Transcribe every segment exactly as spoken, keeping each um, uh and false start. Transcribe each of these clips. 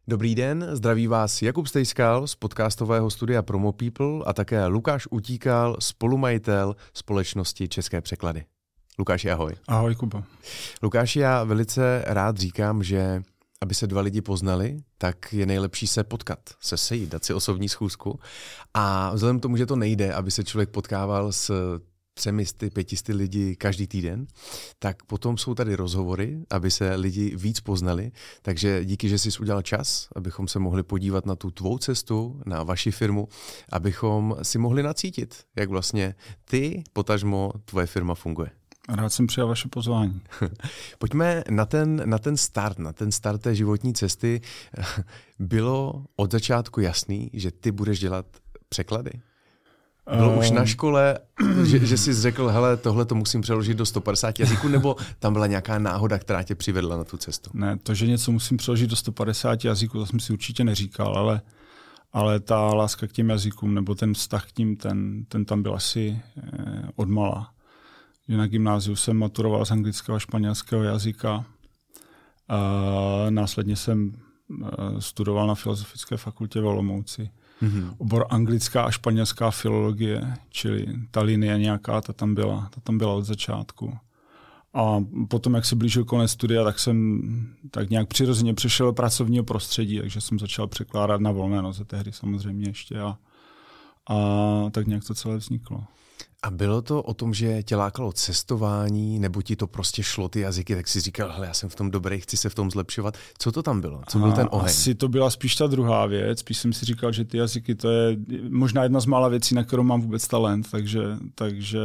Dobrý den, zdraví vás Jakub Stejskal z podcastového studia Promo People a také Lukáš Utíkal, spolumajitel společnosti České překlady. Lukáši, ahoj. Ahoj, Kubo. Lukáši, já velice rád říkám, že aby se dva lidi poznali, tak je nejlepší se potkat, se sejít, dát si osobní schůzku. A vzhledem k tomu, že to nejde, aby se člověk potkával s třemisty, pětisty lidi každý týden, tak potom jsou tady rozhovory, aby se lidi víc poznali. Takže díky, že jsi udělal čas, abychom se mohli podívat na tu tvou cestu, na vaši firmu, abychom si mohli nacítit, jak vlastně ty, potažmo, tvoje firma funguje. Rád jsem přijal vaše pozvání. Pojďme na ten, na ten start, na ten start té životní cesty. Bylo od začátku jasný, že ty budeš dělat překlady? Bylo um, už na škole, že, že jsi řekl, hele, tohle to musím přeložit do sto padesát jazyků, nebo tam byla nějaká náhoda, která tě přivedla na tu cestu? Ne, to, že něco musím přeložit do sto padesát jazyků, to jsem si určitě neříkal, ale, ale ta láska k těm jazykům, nebo ten vztah k tím, ten, ten tam byl asi eh, odmala. Na gymnáziu jsem maturoval z anglického a španělského jazyka. A následně jsem studoval na Filozofické fakultě v Olomouci. Mm-hmm. Obor anglická a španělská filologie, čili ta linie nějaká, ta tam byla, ta tam byla od začátku. A potom, jak se blížil konec studia, tak jsem tak nějak přirozeně přešel do pracovního prostředí, takže jsem začal překládat na volné noze tehdy samozřejmě ještě a, a tak nějak to celé vzniklo. A bylo to o tom, že tě lákalo cestování, nebo ti to prostě šlo ty jazyky, tak si říkal, hele, já jsem v tom dobrý, chci se v tom zlepšovat. Co to tam bylo? Co byl ten oheň? Asi to byla spíš ta druhá věc. Spíš jsem si říkal, že ty jazyky, to je možná jedna z mála věcí, na kterou mám vůbec talent, takže, takže,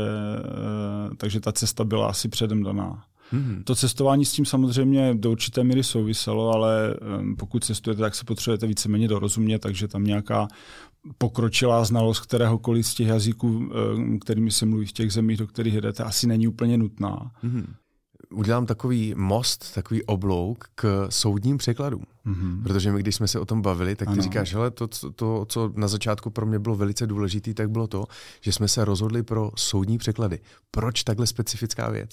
takže ta cesta byla asi předem daná. Hmm. To cestování s tím samozřejmě do určité míry souviselo, ale pokud cestujete, tak se potřebujete víceméně dorozumět, takže tam nějaká pokročilá znalost kteréhokoliv z těch jazyků, kterými se mluví v těch zemích, do kterých jedete, asi není úplně nutná. Hmm. Udělám takový most, takový oblouk k soudním překladům. Mm-hmm. Protože my, když jsme se o tom bavili, tak ty ano. říkáš, hele, to, to, co na začátku pro mě bylo velice důležité, tak bylo to, že jsme se rozhodli pro soudní překlady. Proč takhle specifická věc?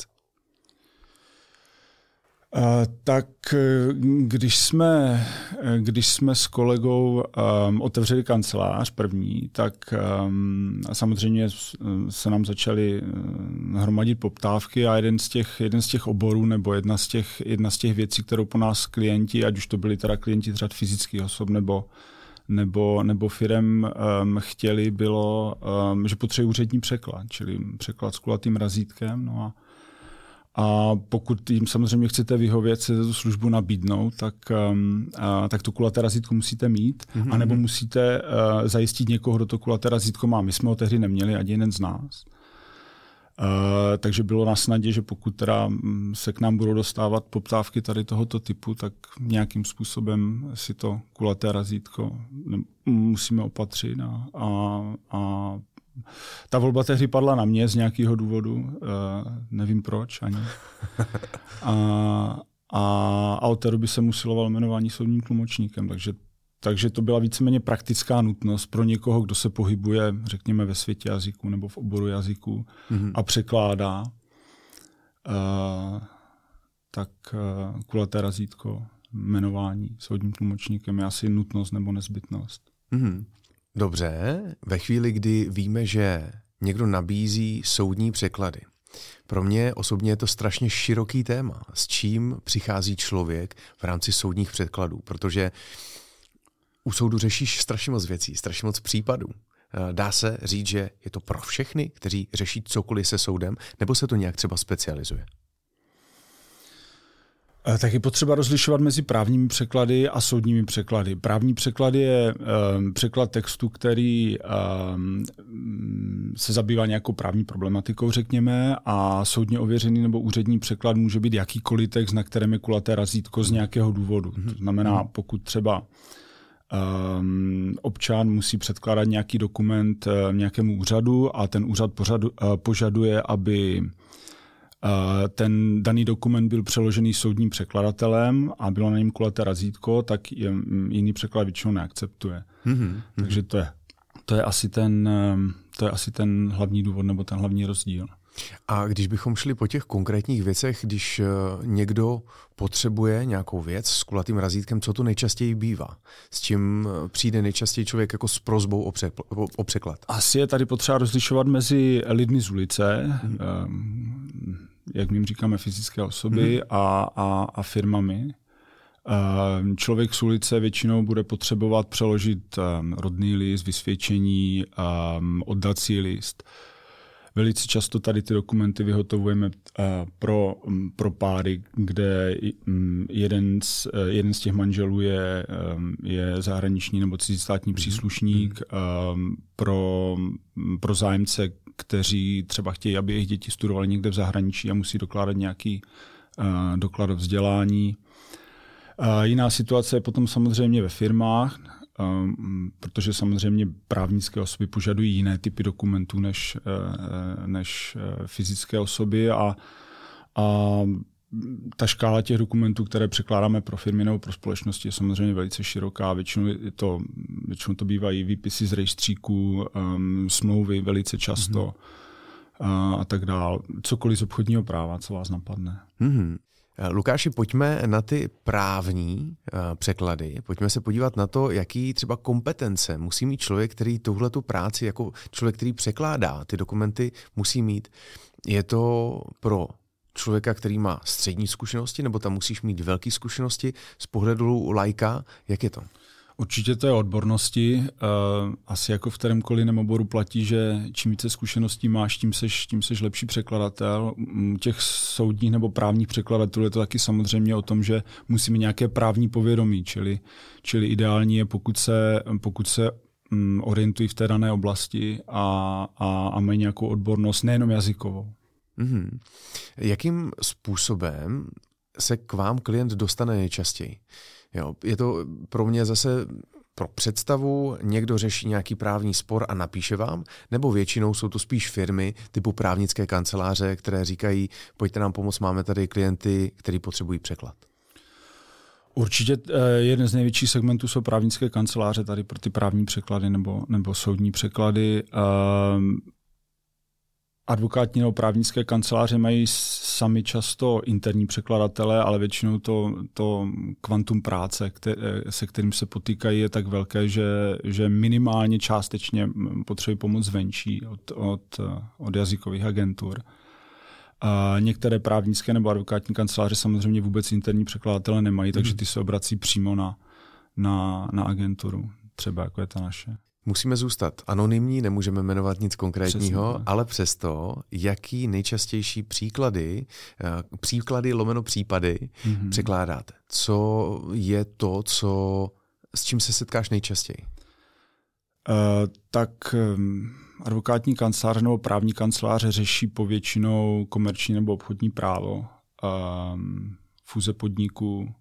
Uh, tak když jsme, když jsme s kolegou um, otevřeli kancelář první, tak um, samozřejmě se nám začaly hromadit poptávky a jeden z těch, jeden z těch oborů nebo jedna z těch, jedna z těch věcí, kterou po nás klienti, ať už to byli teda klienti z řad fyzických osob nebo, nebo, nebo firem um, chtěli, bylo, um, že potřebují úřední překlad, čili překlad s kulatým razítkem. No a A pokud jim samozřejmě chcete vyhovět, chcete tu službu nabídnout, tak, um, a, tak to kulaté razítko musíte mít, mm-hmm. anebo musíte uh, zajistit někoho, kdo to kulaté razítko má. My jsme ho tehdy neměli, ani jeden z nás. Uh, takže bylo na snadě, že pokud teda se k nám budou dostávat poptávky tady tohoto typu, tak nějakým způsobem si to kulaté razítko musíme opatřit a, a, a ta volba tehdy padla na mě z nějakého důvodu, uh, nevím proč ani. A, a, a od té doby jsem usiloval jmenování soudním tlumočníkem, takže, takže to byla víceméně praktická nutnost pro někoho, kdo se pohybuje, řekněme, ve světě jazyků nebo v oboru jazyků mm-hmm. a překládá, uh, tak uh, kulaté razítko jmenování soudním tlumočníkem je asi nutnost nebo nezbytnost. Mm-hmm. Dobře, ve chvíli, kdy víme, že někdo nabízí soudní překlady. Pro mě osobně je to strašně široký téma, s čím přichází člověk v rámci soudních překladů, protože u soudu řešíš strašně moc věcí, strašně moc případů. Dá se říct, že je to pro všechny, kteří řeší cokoliv se soudem, nebo se to nějak třeba specializuje? Tak je potřeba rozlišovat mezi právními překlady a soudními překlady. Právní překlad je um, překlad textu, který um, se zabývá nějakou právní problematikou, řekněme, a soudně ověřený nebo úřední překlad může být jakýkoliv text, na kterém je kulaté razítko z nějakého důvodu. To znamená, pokud třeba um, občan musí předkládat nějaký dokument uh, nějakému úřadu a ten úřad pořadu, uh, požaduje, aby ten daný dokument byl přeložený soudním překladatelem a bylo na něm kulaté razítko, tak je, jiný překlad většinou neakceptuje. Mm-hmm. Takže to je, to je asi ten, to je asi ten hlavní důvod nebo ten hlavní rozdíl. A když bychom šli po těch konkrétních věcech, když někdo potřebuje nějakou věc s kulatým razítkem, co to nejčastěji bývá? S čím přijde nejčastěji člověk jako s prosbou o, překl- o překlad? Asi je tady potřeba rozlišovat mezi lidmi z ulice, hmm. jak my jim říkáme fyzické osoby, hmm. a, a, a firmami. Člověk z ulice většinou bude potřebovat přeložit rodný list, vysvědčení, oddací list. Velice často tady ty dokumenty vyhotovujeme pro, pro páry, kde jeden z, jeden z těch manželů je, je zahraniční nebo cizistátní příslušník, pro, pro zájemce, kteří třeba chtějí, aby jejich děti studovali někde v zahraničí a musí dokládat nějaký doklad o vzdělání. Jiná situace je potom samozřejmě ve firmách, protože samozřejmě právnické osoby požadují jiné typy dokumentů než, než fyzické osoby a, a ta škála těch dokumentů, které překládáme pro firmy nebo pro společnosti, je samozřejmě velice široká. Většinou, je to, většinou to bývají výpisy z rejstříků, um, smlouvy velice často mm-hmm. a, a tak dále. Cokoliv z obchodního práva, co vás napadne. Mm-hmm. Lukáši, pojďme na ty právní uh, překlady. Pojďme se podívat na to, jaký třeba kompetence musí mít člověk, který tuhletu práci jako člověk, který překládá ty dokumenty, musí mít. Je to pro člověka, který má střední zkušenosti, nebo tam musíš mít velké zkušenosti z pohledu laika? Jak je to? Určitě to je odbornosti. Asi jako v kterémkoliv jiném oboru platí, že čím více zkušeností máš, tím seš, tím seš lepší překladatel. Těch soudních nebo právních překladatelů je to taky samozřejmě o tom, že musíme nějaké právní povědomí, čili, čili ideální je, pokud se, pokud se orientují v té dané oblasti a, a, a mají nějakou odbornost, nejenom jazykovou. Mm-hmm. Jakým způsobem se k vám klient dostane nejčastěji? Jo, je to pro mě zase pro představu, někdo řeší nějaký právní spor a napíše vám, nebo většinou jsou to spíš firmy typu právnické kanceláře, které říkají, pojďte nám pomoct, máme tady klienty, kteří potřebují překlad. Určitě jeden z největších segmentů jsou právnické kanceláře tady pro ty právní překlady nebo, nebo soudní překlady. Advokátní nebo právnické kanceláře mají sami často interní překladatele, ale většinou to, to kvantum práce, které, se kterým se potýkají, je tak velké, že, že minimálně částečně potřebují pomoc zvenčí od, od, od jazykových agentur. A některé právnické nebo advokátní kanceláře samozřejmě vůbec interní překladatele nemají, takže ty se obrací přímo na, na, na agenturu, třeba jako je ta naše. Musíme zůstat anonymní, nemůžeme jmenovat nic konkrétního, přesně, ale přesto, jaký nejčastější příklady, příklady lomeno případy mm-hmm. překládáte? Co je to, co, s čím se setkáš nejčastěji? Uh, tak um, advokátní kanceláře nebo právní kanceláře řeší povětšinou komerční nebo obchodní právo, um, fúze podniků,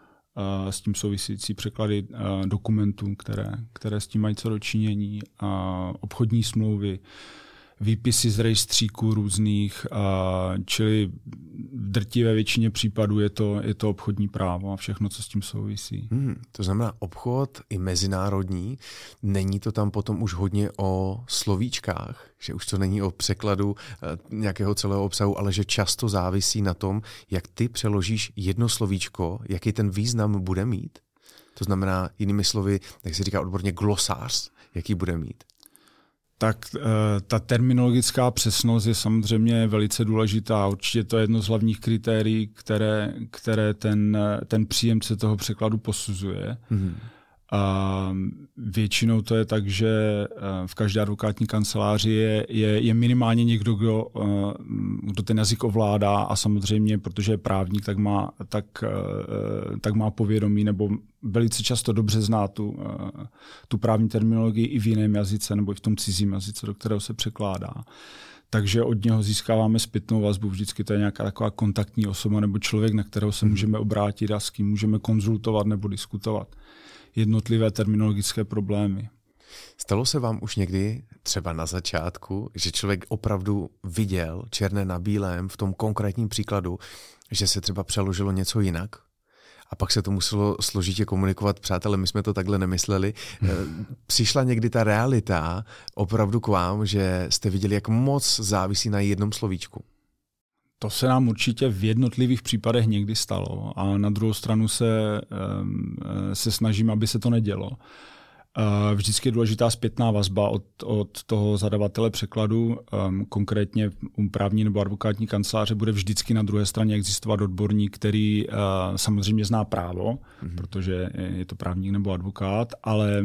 s tím související překlady dokumentů, které, které s tím mají co dočinění, obchodní smlouvy, výpisy z rejstříků různých, čili v drtivé většině případů je to, je to obchodní právo a všechno, co s tím souvisí. Hmm, to znamená obchod i mezinárodní. Není to tam potom už hodně o slovíčkách, že už to není o překladu nějakého celého obsahu, ale že často závisí na tom, jak ty přeložíš jedno slovíčko, jaký ten význam bude mít. To znamená, jinými slovy, jak se říká odborně, glosář, jaký bude mít. Tak ta terminologická přesnost je samozřejmě velice důležitá. Určitě to je jedno z hlavních kritérií, které, které ten, ten příjemce toho překladu posuzuje. Mm-hmm. A většinou to je tak, že v každé advokátní kanceláři je, je, je minimálně někdo, kdo, kdo ten jazyk ovládá a samozřejmě, protože je právník, tak má, tak, tak má povědomí nebo velice často dobře zná tu, tu právní terminologii i v jiném jazyce nebo i v tom cizím jazyce, do kterého se překládá. Takže od něho získáváme zpětnou vazbu. Vždycky to je nějaká taková kontaktní osoba nebo člověk, na kterého se můžeme obrátit a s kým můžeme konzultovat nebo diskutovat jednotlivé terminologické problémy. Stalo se vám už někdy, třeba na začátku, že člověk opravdu viděl černé na bílém v tom konkrétním příkladu, že se třeba přeložilo něco jinak a pak se to muselo složitě komunikovat. Přátelé, my jsme to takhle nemysleli. Přišla někdy ta realita opravdu k vám, že jste viděli, jak moc závisí na jednom slovíčku? To se nám určitě v jednotlivých případech někdy stalo a na druhou stranu se, se snažím, aby se to nedělo. Vždycky je důležitá zpětná vazba od, od toho zadavatele překladu, konkrétně u právní nebo advokátní kanceláře bude vždycky na druhé straně existovat odborník, který samozřejmě zná právo, mm-hmm. protože je to právník nebo advokát, ale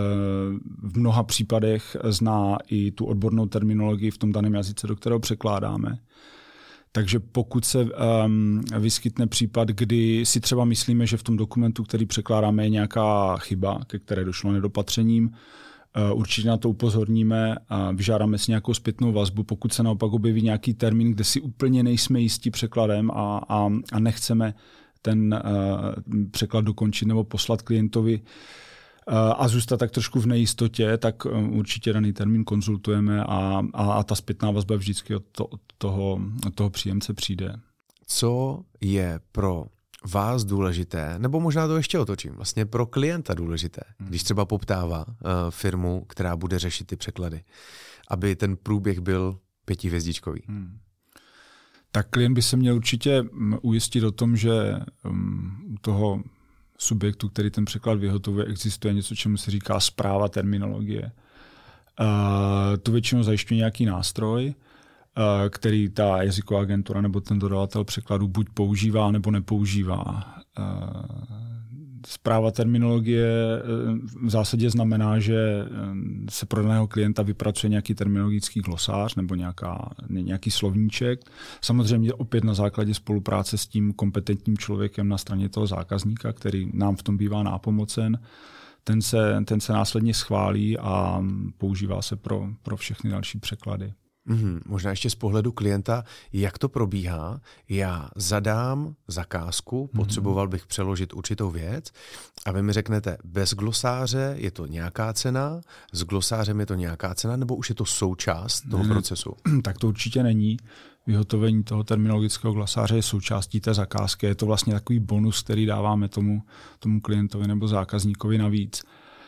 v mnoha případech zná i tu odbornou terminologii v tom daném jazyce, do kterého překládáme. Takže pokud se um, vyskytne případ, kdy si třeba myslíme, že v tom dokumentu, který překládáme, je nějaká chyba, ke které došlo nedopatřením, uh, určitě na to upozorníme a vyžádáme si nějakou zpětnou vazbu. Pokud se naopak objeví nějaký termín, kde si úplně nejsme jistí překladem a, a, a nechceme ten uh, překlad dokončit nebo poslat klientovi a zůstat tak trošku v nejistotě, tak určitě daný termín konzultujeme a, a, a ta zpětná vazba vždycky od, to, od, toho, od toho příjemce přijde. Co je pro vás důležité, nebo možná to ještě otočím, vlastně pro klienta důležité, hmm. když třeba poptává uh, firmu, která bude řešit ty překlady, aby ten průběh byl pětihvězdičkový? Hmm. Tak klient by se měl určitě ujistit o tom, že um, u toho subjektu, který ten překlad vyhotovuje, existuje něco, čemu se říká správa terminologie. Uh, to většinou zajišťuje nějaký nástroj, uh, který ta jazyková agentura nebo ten dodavatel překladu buď používá, nebo nepoužívá. Uh, správa terminologie v zásadě znamená, že se pro daného klienta vypracuje nějaký terminologický glosář nebo nějaká, nějaký slovníček. Samozřejmě opět na základě spolupráce s tím kompetentním člověkem na straně toho zákazníka, který nám v tom bývá nápomocen. Ten se, ten se následně schválí a používá se pro, pro všechny další překlady. Mm, možná ještě z pohledu klienta, jak to probíhá. Já zadám zakázku, potřeboval bych přeložit určitou věc a vy mi řeknete, bez glosáře je to nějaká cena, s glosářem je to nějaká cena, nebo už je to součást toho ne, procesu? Tak to určitě není. Vyhotovení toho terminologického glosáře je součástí té zakázky. Je to vlastně takový bonus, který dáváme tomu, tomu klientovi nebo zákazníkovi navíc.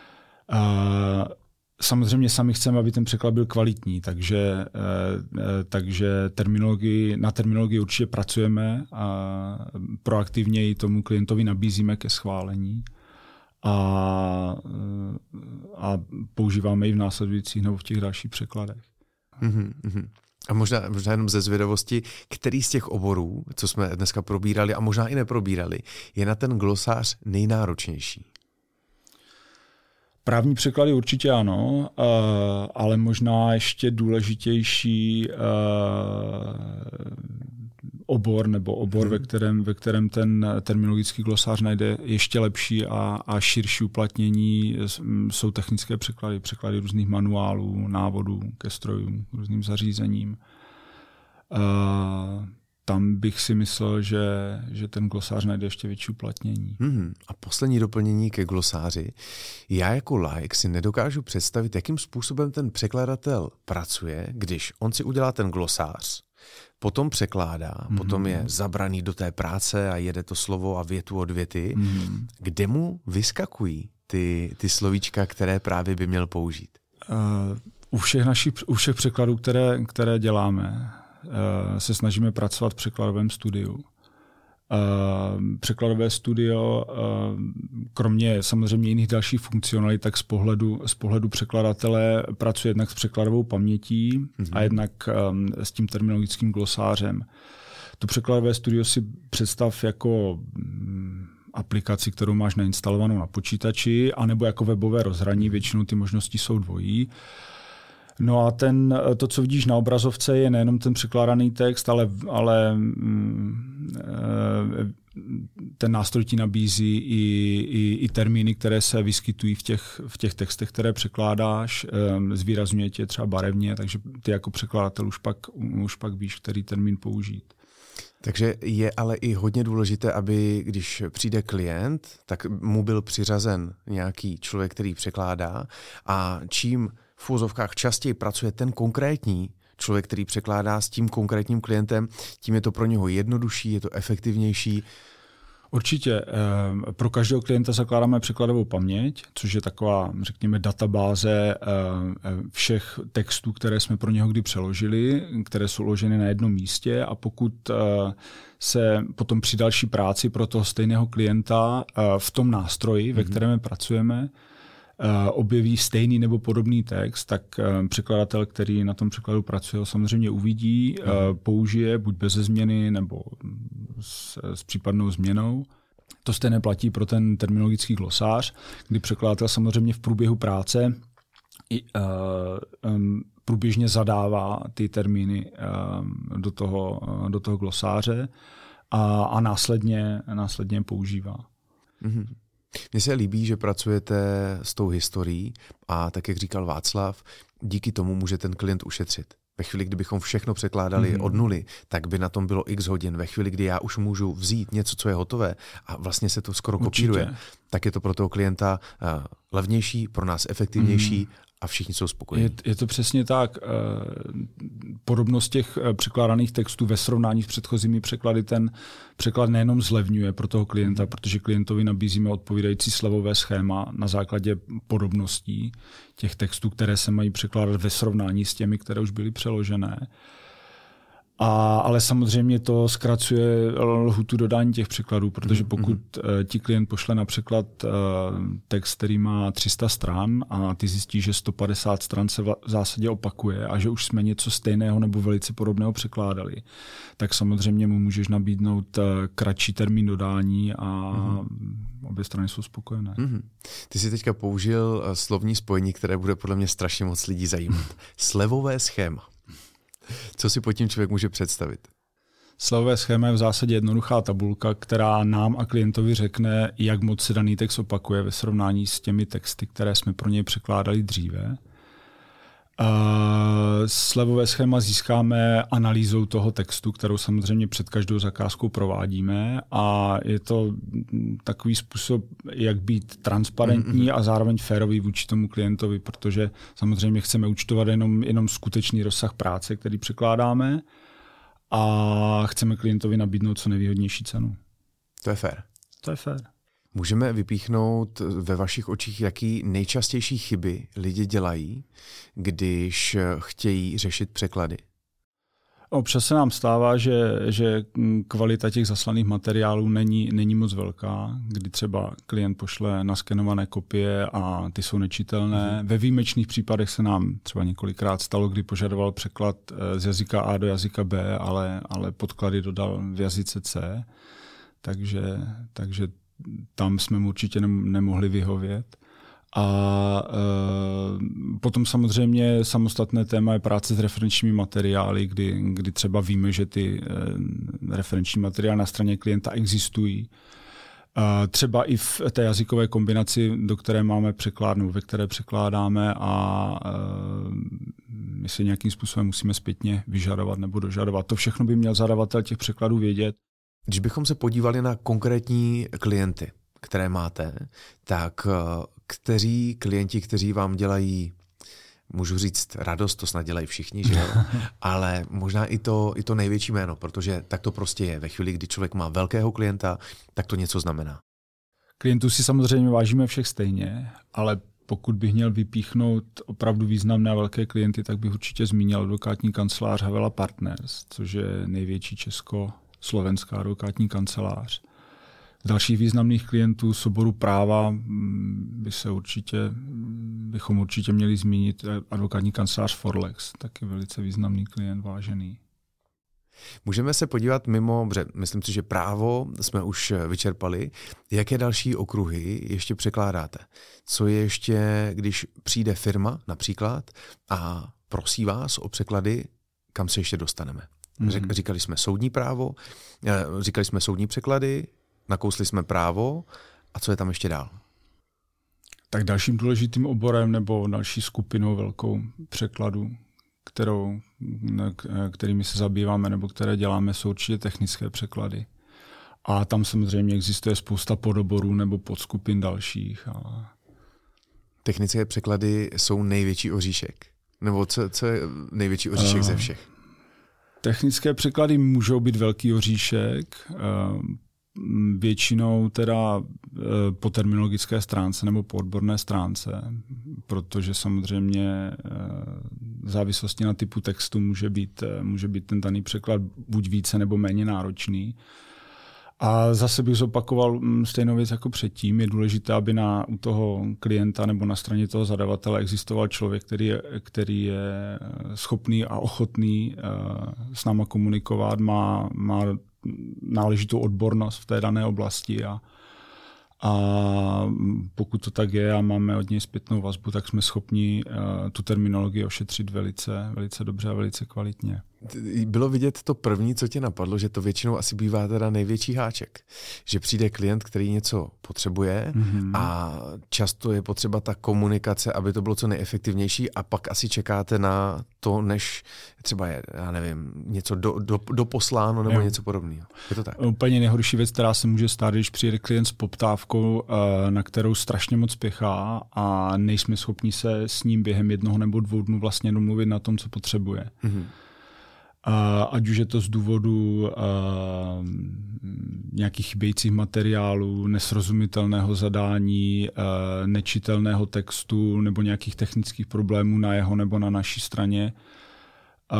Uh, Samozřejmě sami chceme, aby ten překlad byl kvalitní, takže, takže terminologii, na terminologii určitě pracujeme a proaktivně ji tomu klientovi nabízíme ke schválení a, a používáme ji v následujících nebo v těch dalších překladech. Mm-hmm. A možná, možná jenom ze zvědavosti, který z těch oborů, co jsme dneska probírali a možná i neprobírali, je na ten glosář nejnáročnější? Právní překlady určitě ano, ale možná ještě důležitější obor nebo obor, hmm. ve kterém, ve kterém ten terminologický glosář najde ještě lepší a, a širší uplatnění, jsou technické překlady, překlady různých manuálů, návodů ke strojům, různým zařízením. Tam bych si myslel, že, že ten glosář najde ještě větší uplatnění. Hmm. A poslední doplnění ke glosáři. Já jako laik si nedokážu představit, jakým způsobem ten překladatel pracuje, když on si udělá ten glosář, potom překládá, hmm. potom je zabraný do té práce a jede to slovo a větu od věty, hmm. kde mu vyskakují ty, ty slovíčka, které právě by měl použít? Uh, u všech našich, u všech překladů, které, které děláme, se snažíme pracovat v překladovém studiu. Překladové studio, kromě samozřejmě jiných dalších funkcionalit, tak z pohledu, z pohledu překladatele pracuje jednak s překladovou pamětí mm-hmm. a jednak s tím terminologickým glosářem. To překladové studio si představ jako aplikaci, kterou máš nainstalovanou na počítači, anebo jako webové rozhraní, většinou ty možnosti jsou dvojí. No a ten, to, co vidíš na obrazovce, je nejenom ten překládaný text, ale, ale ten nástroj ti nabízí i, i, i termíny, které se vyskytují v těch, v těch textech, které překládáš, zvýrazňuje tě třeba barevně, takže ty jako překladatel už pak, už pak víš, který termín použít. Takže je ale i hodně důležité, aby když přijde klient, tak mu byl přiřazen nějaký člověk, který překládá a čím v uvozovkách častěji pracuje ten konkrétní člověk, který překládá s tím konkrétním klientem, tím je to pro něho jednodušší, je to efektivnější. Určitě. Pro každého klienta zakládáme překladovou paměť, což je taková, řekněme, databáze všech textů, které jsme pro něho kdy přeložili, které jsou uloženy na jednom místě, a pokud se potom při další práci pro toho stejného klienta v tom nástroji, ve kterém pracujeme, objeví stejný nebo podobný text, tak překladatel, který na tom překladu pracuje, ho samozřejmě uvidí, mm. použije buď bez změny nebo s, s případnou změnou. To stejné platí pro ten terminologický glosář, kdy překladatel samozřejmě v průběhu práce i, uh, um, průběžně zadává ty termíny um, do toho, uh, do toho glosáře a, a následně, následně používá. Mm-hmm. Mně se líbí, že pracujete s tou historií a tak, jak říkal Václav, díky tomu může ten klient ušetřit. Ve chvíli, kdybychom všechno překládali mm-hmm. od nuly, tak by na tom bylo x hodin. Ve chvíli, kdy já už můžu vzít něco, co je hotové a vlastně se to skoro Určitě. kopíruje, tak je to pro toho klienta uh, levnější, pro nás efektivnější mm. a všichni jsou spokojení. Je, je to přesně tak. Podobnost těch překládaných textů ve srovnání s předchozími překlady ten překlad nejenom zlevňuje pro toho klienta, protože klientovi nabízíme odpovídající slevové schéma na základě podobností těch textů, které se mají překládat ve srovnání s těmi, které už byly přeložené. A, ale samozřejmě to zkracuje lhůtu dodání těch překladů, protože pokud mm-hmm. ti klient pošle na překlad uh, text, který má tři sta stran a ty zjistíš, že sto padesát stran se v zásadě opakuje a že už jsme něco stejného nebo velice podobného překládali, tak samozřejmě mu můžeš nabídnout uh, kratší termín dodání a mm-hmm. obě strany jsou spokojené. Mm-hmm. Ty jsi teďka použil uh, slovní spojení, které bude podle mě strašně moc lidí zajímat. Slevové schéma. Co si pod tím člověk může představit? Slevové schéma je v zásadě jednoduchá tabulka, která nám a klientovi řekne, jak moc se daný text opakuje ve srovnání s těmi texty, které jsme pro něj překládali dříve. Slevové schéma získáme analýzou toho textu, kterou samozřejmě před každou zakázkou provádíme, a je to takový způsob, jak být transparentní mm-hmm. a zároveň férový vůči tomu klientovi, protože samozřejmě chceme účtovat jenom, jenom skutečný rozsah práce, který překládáme, a chceme klientovi nabídnout co nejvýhodnější cenu. To je fér. To je fér. Můžeme vypíchnout ve vašich očích, jaký nejčastější chyby lidi dělají, když chtějí řešit překlady? Občas se nám stává, že, že kvalita těch zaslaných materiálů není, není moc velká, kdy třeba klient pošle naskenované kopie a ty jsou nečitelné. Mm. Ve výjimečných případech se nám třeba několikrát stalo, kdy požadoval překlad z jazyka A do jazyka B, ale, ale podklady dodal v jazyce C, takže, takže tam jsme mu určitě nemohli vyhovět. A e, potom samozřejmě samostatné téma je práce s referenčními materiály, kdy, kdy třeba víme, že ty e, referenční materiály na straně klienta existují. E, třeba i v té jazykové kombinaci, do které máme překládnu, ve které překládáme, a e, my si nějakým způsobem musíme zpětně vyžadovat nebo dožadovat. To všechno by měl zadavatel těch překladů vědět. Když bychom se podívali na konkrétní klienty, které máte, tak kteří klienti, kteří vám dělají, můžu říct radost, to snad dělají všichni, že jo? Ale možná i to, i to největší jméno, protože tak to prostě je. Ve chvíli, kdy člověk má velkého klienta, tak to něco znamená. Klientů si samozřejmě vážíme všech stejně, ale pokud bych měl vypíchnout opravdu významné a velké klienty, tak bych určitě zmínil advokátní kancelář Havela Partners, což je největší česko-slovenská advokátní kancelář. Z dalších významných klientů z oboru práva by se určitě, bychom určitě měli zmínit advokátní kancelář Forlex, taky velice významný klient, vážený. Můžeme se podívat mimo, protože myslím si, že právo jsme už vyčerpali. Jaké další okruhy ještě překládáte? Co je ještě, když přijde firma například a prosí vás o překlady, kam se ještě dostaneme? Mm-hmm. Říkali jsme soudní právo, říkali jsme soudní překlady, nakousli jsme právo, a co je tam ještě dál? Tak dalším důležitým oborem nebo další skupinou velkou překladů, kterou, kterými se zabýváme nebo které děláme, jsou určitě technické překlady. A tam samozřejmě existuje spousta podoborů nebo podskupin dalších. A... Technické překlady jsou největší oříšek? Nebo co, co je největší oříšek uh, ze všech? Technické překlady můžou být velký oříšek. Uh, většinou teda po terminologické stránce nebo po odborné stránce, protože samozřejmě v závislosti na typu textu může být, může být ten daný překlad buď více nebo méně náročný. A zase bych zopakoval stejnou věc jako předtím. Je důležité, aby na, u toho klienta nebo na straně toho zadavatele existoval člověk, který je, který je schopný a ochotný s náma komunikovat, má, má náležitou odbornost v té dané oblasti a, a pokud to tak je a máme od něj zpětnou vazbu, tak jsme schopni uh, tu terminologii ošetřit velice, velice dobře a velice kvalitně. Bylo vidět to první, co tě napadlo, že to většinou asi bývá teda největší háček. Že přijde klient, který něco potřebuje mm-hmm. a často je potřeba ta komunikace, aby to bylo co nejefektivnější a pak asi čekáte na to, než třeba je, já nevím, něco do, do, doposláno nebo jo. něco podobného. Je to tak? Úplně nejhorší věc, která se může stát, když přijde klient s poptávkou, na kterou strašně moc spěchá a nejsme schopni se s ním během jednoho nebo dvou dnů vlastně domluvit na tom, co potřebuje. Mm-hmm. A ať už je to z důvodu a, nějakých chybějících materiálů, nesrozumitelného zadání, a, nečitelného textu nebo nějakých technických problémů na jeho nebo na naší straně. A,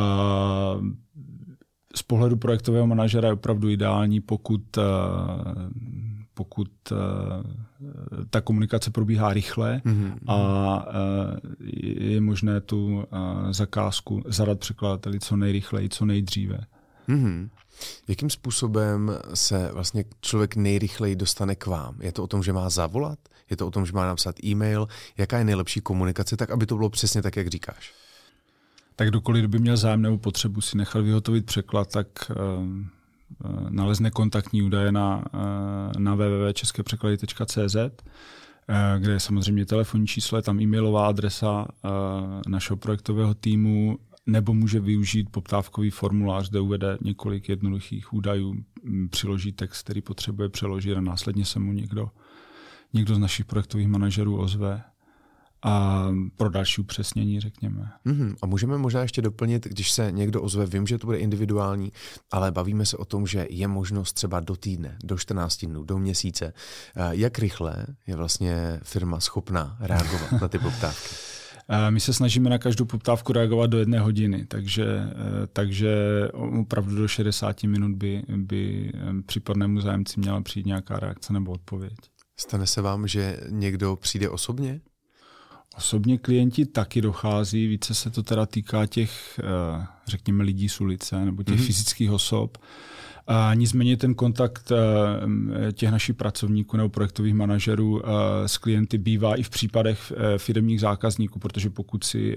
z pohledu projektového manažera je opravdu ideální, pokud, a, pokud a, ta komunikace probíhá rychle mm-hmm. a je možné tu zakázku zadat překladateli co nejrychleji, co nejdříve. Mm-hmm. Jakým způsobem se vlastně člověk nejrychleji dostane k vám? Je to o tom, že má zavolat? Je to o tom, že má napsat e-mail? Jaká je nejlepší komunikace, tak aby to bylo přesně tak, jak říkáš? Tak kdokoliv by měl zájem nebo potřebu si nechal vyhotovit překlad, tak nalezne kontaktní údaje na, na w w w tečka české překlady tečka c z, kde je samozřejmě telefonní číslo, je tam e-mailová adresa našeho projektového týmu, nebo může využít poptávkový formulář, kde uvede několik jednoduchých údajů, přiloží text, který potřebuje přeložit a následně se mu někdo, někdo z našich projektových manažerů ozve. A pro další upřesnění, řekněme. Mm-hmm. A můžeme možná ještě doplnit, když se někdo ozve, vím, že to bude individuální, ale bavíme se o tom, že je možnost třeba do týdne, do čtrnácti dnů, do měsíce. Jak rychle je vlastně firma schopná reagovat na ty poptávky? My se snažíme na každou poptávku reagovat do jedné hodiny, takže, takže opravdu do šedesáti minut by, by případnému zájemci měla přijít nějaká reakce nebo odpověď. Stane se vám, že někdo přijde osobně? Osobně klienti taky dochází, více se to teda týká těch, řekněme, lidí z ulice nebo těch mm-hmm. fyzických osob. A nicméně ten kontakt těch našich pracovníků nebo projektových manažerů s klienty bývá i v případech firemních zákazníků, protože pokud si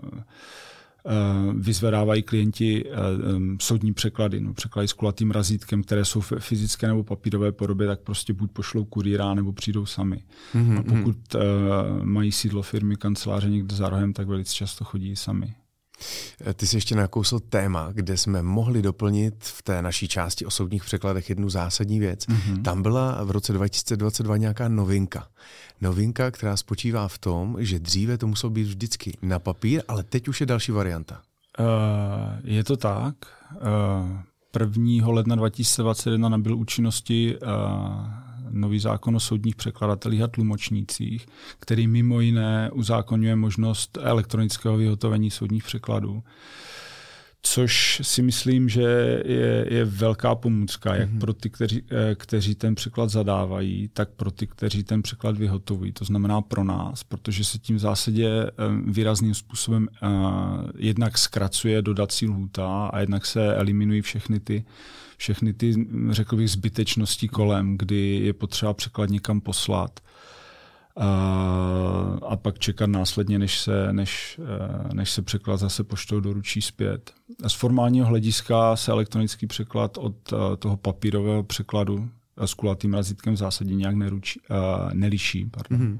vyzvedávají klienti soudní překlady, no, překlady s kulatým razítkem, které jsou v fyzické nebo papírové podobě, tak prostě buď pošlou kurýra, nebo přijdou sami. Mm-hmm. A pokud uh, mají sídlo firmy, kanceláře někde za rohem, tak velice často chodí sami. Ty jsi ještě nakousl téma, kde jsme mohli doplnit v té naší části o soudních překladech jednu zásadní věc. Mm-hmm. Tam byla v roce dva tisíce dvacet dva nějaká novinka. Novinka, která spočívá v tom, že dříve to muselo být vždycky na papír, ale teď už je další varianta. Uh, je to tak. Uh, prvního ledna dva tisíce dvacet jedna nabyl účinnosti uh, nový zákon o soudních překladatelích a tlumočnících, který mimo jiné uzákonňuje možnost elektronického vyhotovení soudních překladů. Což si myslím, že je, je velká pomůcka, jak mm-hmm. pro ty, kteří, kteří ten překlad zadávají, tak pro ty, kteří ten překlad vyhotovují. To znamená pro nás, protože se tím v zásadě výrazným způsobem uh, jednak zkracuje dodací lhůta a jednak se eliminují všechny ty, všechny ty, řekl bych, zbytečnosti kolem, kdy je potřeba překlad někam poslat. A, a pak čekat následně, než se, než, než se překlad zase poštou doručí zpět. A z formálního hlediska se elektronický překlad od toho papírového překladu s kulatým razítkem v zásadě nějak neručí, uh, neliší. Pardon. Mm-hmm.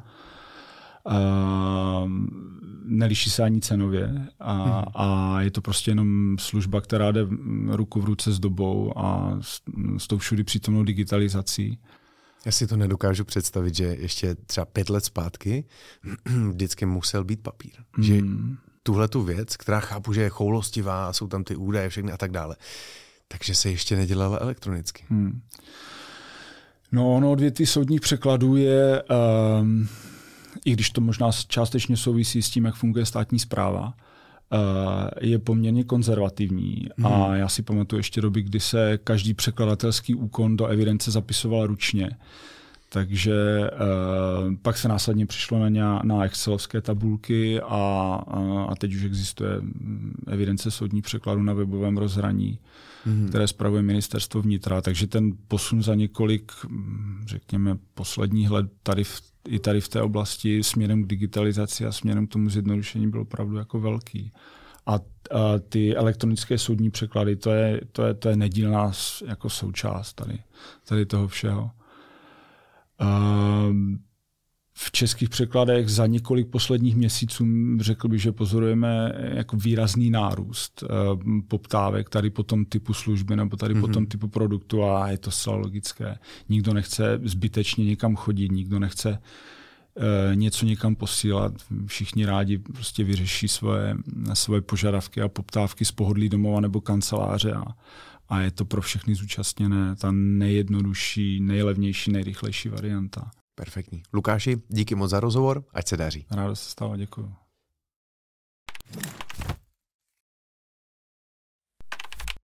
Uh, neliší se ani cenově a, mm-hmm. a je to prostě jenom služba, která jde ruku v ruce s dobou a s, s tou všudy přítomnou digitalizací. Já si to nedokážu představit, že ještě třeba pět let zpátky vždycky musel být papír. Mm. Že tuhle tu věc, která chápu, že je choulostivá, jsou tam ty údaje všechny a tak dále, takže se ještě nedělala elektronicky. Mm. No, ono odvětví soudních překladů je, um, i když to možná částečně souvisí s tím, jak funguje státní správa, uh, je poměrně konzervativní. Hmm. A já si pamatuju ještě doby, kdy se každý překladatelský úkon do evidence zapisoval ručně. Takže uh, pak se následně přišlo na, ně, na excelovské tabulky a, a, a teď už existuje evidence soudních překladů na webovém rozhraní, mm-hmm. které spravuje ministerstvo vnitra. Takže ten posun za několik, řekněme, posledních let tady v, i tady v té oblasti směrem k digitalizaci a směrem k tomu zjednodušení byl opravdu jako velký. A, a ty elektronické soudní překlady, to je, to je, to je nedílná jako součást tady, tady toho všeho. V českých překladech za několik posledních měsíců řekl bych, že pozorujeme jako výrazný nárůst poptávek tady po tom typu služby nebo tady mm-hmm. po tom typu produktu a je to zcela logické. Nikdo nechce zbytečně někam chodit, nikdo nechce něco někam posílat. Všichni rádi prostě vyřeší svoje, svoje požadavky a poptávky z pohodlí domova nebo kanceláře a A je to pro všechny zúčastněné ta nejjednodušší, nejlevnější, nejrychlejší varianta. Perfektní. Lukáši, díky moc za rozhovor, ať se daří. Rádo se stalo, děkuji.